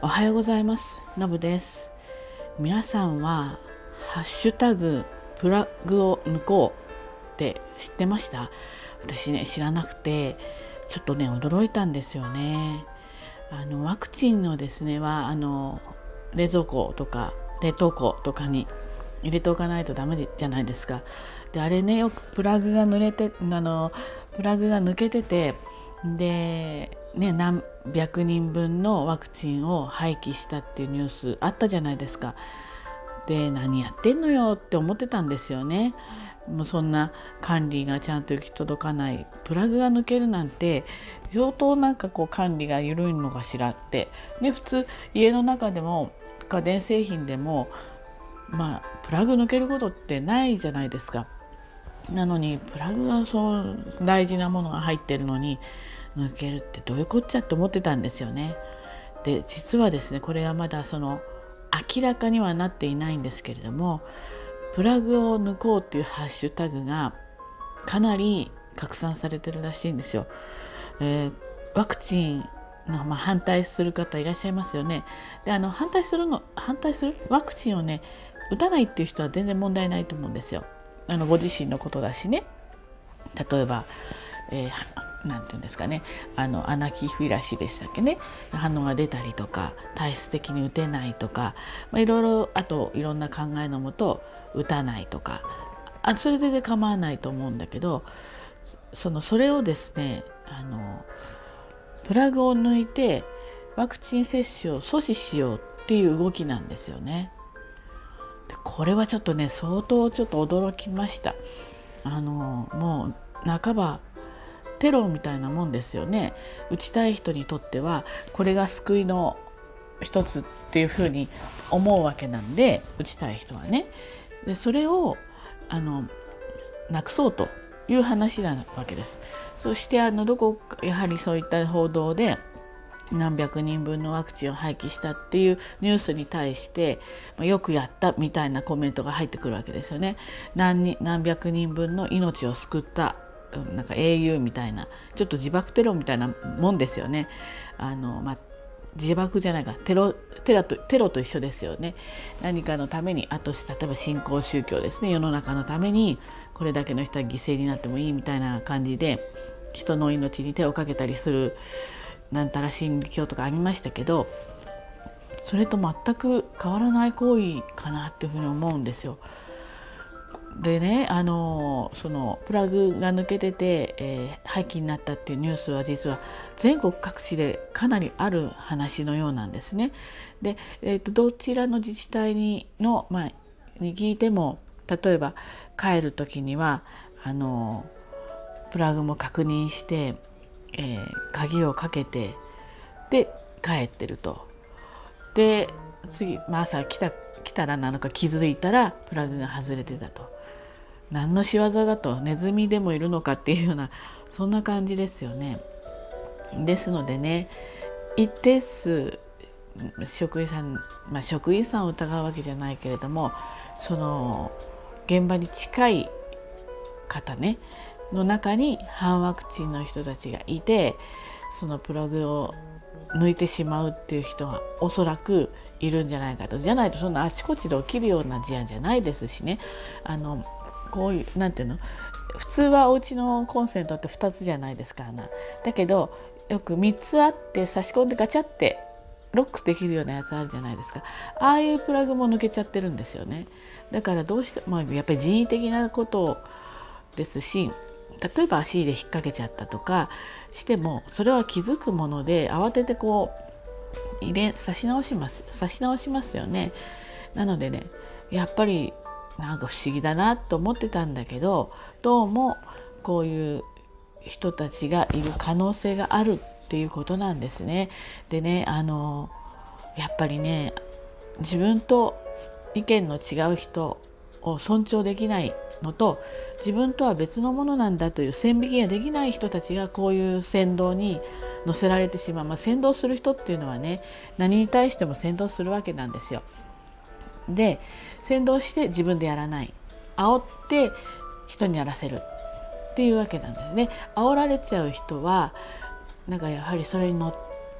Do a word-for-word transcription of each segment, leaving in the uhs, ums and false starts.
おはようございます。のぶです。皆さんはハッシュタグプラグを抜こうって知ってました？私ね、知らなくてちょっとね驚いたんですよね。あのワクチンのですねはあの冷蔵庫とか冷凍庫とかに入れておかないとダメじゃないですか。であれね、よくプラグが濡れてあのプラグが抜けてて、でね、何百人分のワクチンを廃棄したっていうニュースあったじゃないですか。で何やってんのよって思ってたんですよね。もうそんな管理がちゃんと行き届かないプラグが抜けるなんて相当なんかこう管理が緩いのかしらって。で普通家の中でも家電製品でもまあプラグ抜けることってないじゃないですか。なのにプラグがそう大事なものが入ってるのに抜けるってどういうこっちゃって思ってたんですよね。で実はですね、これはまだその明らかにはなっていないんですけれども、プラグを抜こうっていうハッシュタグがかなり拡散されてるらしいんですよ。えー、ワクチンの、まあ、反対する方いらっしゃいますよね。であの反対するの反対するワクチンをね打たないっていう人は全然問題ないと思うんですよ。あのご自身のことだしね。例えば、えー、なんていうんですかね、あのアナキフィラシでしたっけね、反応が出たりとか体質的に打てないとか、まあ、いろいろあといろんな考えのもと打たないとか、あそれ全然構わないと思うんだけど、そのそれをですね、あのプラグを抜いてワクチン接種を阻止しようっていう動きなんですよね。でこれはちょっとね相当ちょっと驚きました。あのもう半ばテロみたいなもんですよね。打ちたい人にとってはこれが救いの一つっていうふうに思うわけなんで、打ちたい人はね。でそれをあのなくそうという話なわけです。そしてあのどこかやはりそういった報道で何百人分のワクチンを廃棄したっていうニュースに対してよくやったみたいなコメントが入ってくるわけですよね。何人何百人分の命を救ったなんか英雄みたいな、ちょっと自爆テロみたいなもんですよね。あの、まあ、自爆じゃないかテロテロとテロと一緒ですよね。何かのために、あと例えば新興宗教ですね、世の中のためにこれだけの人は犠牲になってもいいみたいな感じで人の命に手をかけたりするなんたら心理教とかありましたけど、それと全く変わらない行為かなっていうふうに思うんですよ。でね、あのそのプラグが抜けてて、えー、廃棄になったっていうニュースは実は全国各地でかなりある話のようなんですね。で、えーと、どちらの自治体にの、まあ、に聞いても、例えば帰る時にはあのプラグも確認して、えー、鍵をかけてで帰ってると。で次、まあ、朝来た来たらなのか気づいたらプラグが外れてたと。何の仕業だと、ネズミでもいるのかっていうようなそんな感じですよね。ですのでね、一定数職員さん、まあ、職員さんを疑うわけじゃないけれども、その現場に近い方ねの中に反ワクチンの人たちがいて、そのプラグを抜いてしまうっていう人がおそらくいるんじゃないかと。じゃないとそんなあちこちで起きるような事案じゃないですしね。あのこういうなんていうの、普通はお家のコンセントってふたつじゃないですか。だけどよくみっつあって差し込んでガチャってロックできるようなやつあるじゃないですか。ああいうプラグも抜けちゃってるんですよね。だからどうしても、まあ、やっぱり人為的なことですし、例えば足で引っ掛けちゃったとかしてもそれは気づくもので、慌ててこう入れ差し直します差し直しますよね。なのでね、やっぱりなんか不思議だなと思ってたんだけど、どうもこういう人たちがいる可能性があるっていうことなんですね。でね、あのやっぱりね、自分と意見の違う人を尊重できないのと、自分とは別のものなんだという線引きができない人たちがこういう扇動に乗せられてしまう。まあ、扇動する人っていうのはね、何に対しても扇動するわけなんですよ。で扇動して自分でやらない、煽って人にやらせるっていうわけなんですね。煽られちゃう人はなんかやはりそれに乗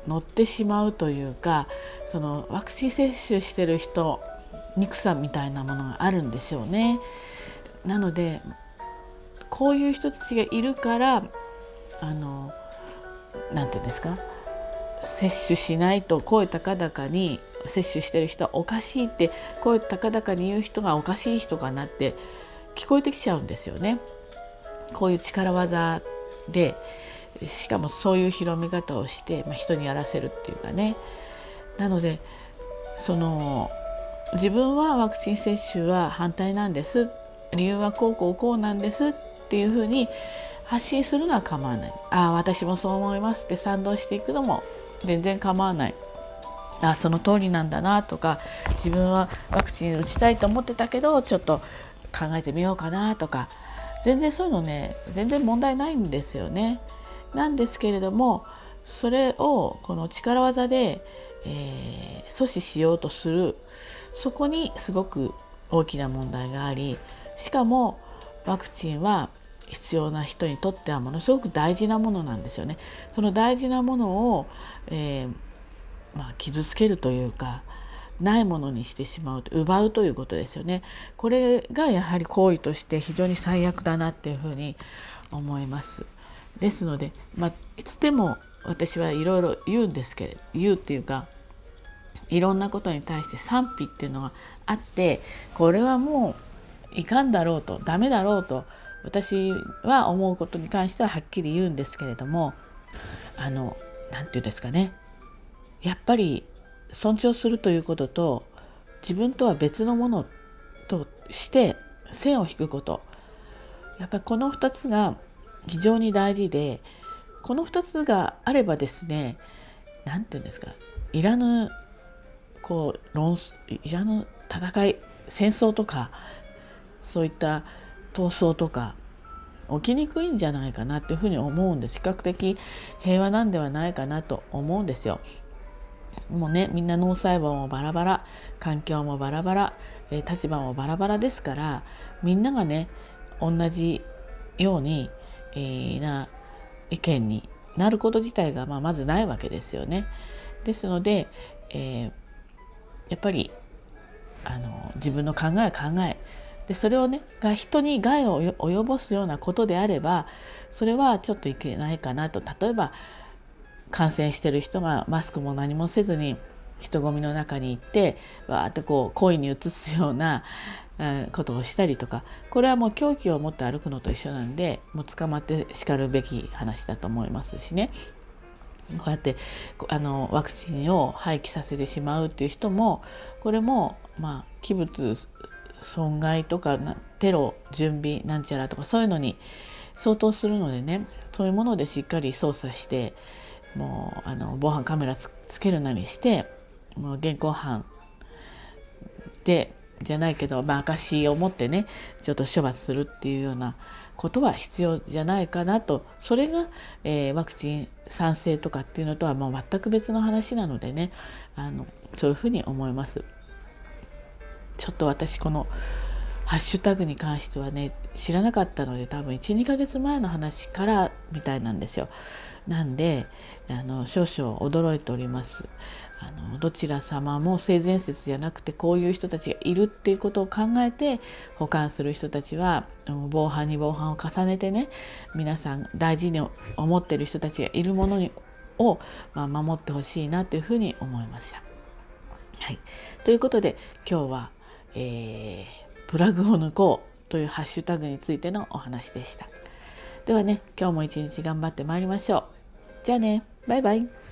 乗ってしまうというか、そのワクチン接種してる人憎さみたいなものがあるんでしょうね。なのでこういう人たちがいるから、あのなんていうんですか、接種しないと声高々に接種してる人はおかしいって声高々に言う人がおかしい人かなって聞こえてきちゃうんですよね。こういう力技で、しかもそういう広め方をして、まあ、人にやらせるっていうかね。なのでその自分はワクチン接種は反対なんです、理由はこうこうこうなんですっていうふうに発信するのは構わない。ああ私もそう思いますって賛同していくのも全然構わない。あその通りなんだなとか、自分はワクチン打ちたいと思ってたけどちょっと考えてみようかなとか、全然そういうのね全然問題ないんですよね。なんですけれども、それをこの力技で、えー、阻止しようとする、そこにすごく大きな問題があり、しかもワクチンは必要な人にとってはものすごく大事なものなんですよね。その大事なものを、えーまあ、傷つけるというかないものにしてしまう、奪うということですよね。これがやはり行為として非常に最悪だなっていうふうに思います。ですので、まあ、いつでも私はいろいろ言うんですけれど、言うっていうかいろんなことに対して賛否っていうのがあって、これはもういかんだろうと、ダメだろうと私は思うことに関してははっきり言うんですけれども、あのなんていうんですかね、やっぱり尊重するということと自分とは別のものとして線を引くこと、やっぱりこのふたつが非常に大事で、このふたつがあればですね、なんていうんですか、いらぬこう論いらぬ戦い、戦争とかそういった闘争とか起きにくいんじゃないかなというふうに思うんです。比較的平和なんではないかなと思うんですよ。もうね、みんな脳細胞もバラバラ、環境もバラバラ、えー、立場もバラバラですから、みんながね同じように、えー、な意見になること自体が、まあ、まずないわけですよね。ですので、えー、やっぱりあの自分の考え考えで、それをねが人に害を及ぼすようなことであれば、それはちょっといけないかなと。例えば感染してる人がマスクも何もせずに人混みの中に行ってわーってこう故意に移すようなことをしたりとか、これはもう凶器を持って歩くのと一緒なんで、もう捕まってしかるべき話だと思いますしね。こうやってあのワクチンを廃棄させてしまうっていう人も、これもまあ器物損害とかテロ準備なんちゃらとかそういうのに相当するのでね、そういうものでしっかり捜査して、もうあの防犯カメラ つ, つけるなりして、もう現行犯でじゃないけど、まあ、証を持ってねちょっと処罰するっていうようなことは必要じゃないかなと。それが、えー、ワクチン賛成とかっていうのとはもう全く別の話なのでね、あのそういうふうに思います。ちょっと私このハッシュタグに関してはね知らなかったので、多分 いち,に ヶ月前の話からみたいなんですよ。なんであの少々驚いております。あのどちら様も性善説じゃなくて、こういう人たちがいるっていうことを考えて保管する人たちは防犯に防犯を重ねてね、皆さん大事に思っている人たちがいるものにを、まあ、守ってほしいなというふうに思いました。はい、ということで今日は、えー、プラグを抜こうというハッシュタグについてのお話でした。ではね、今日も一日頑張ってまいりましょう。じゃあね、バイバイ。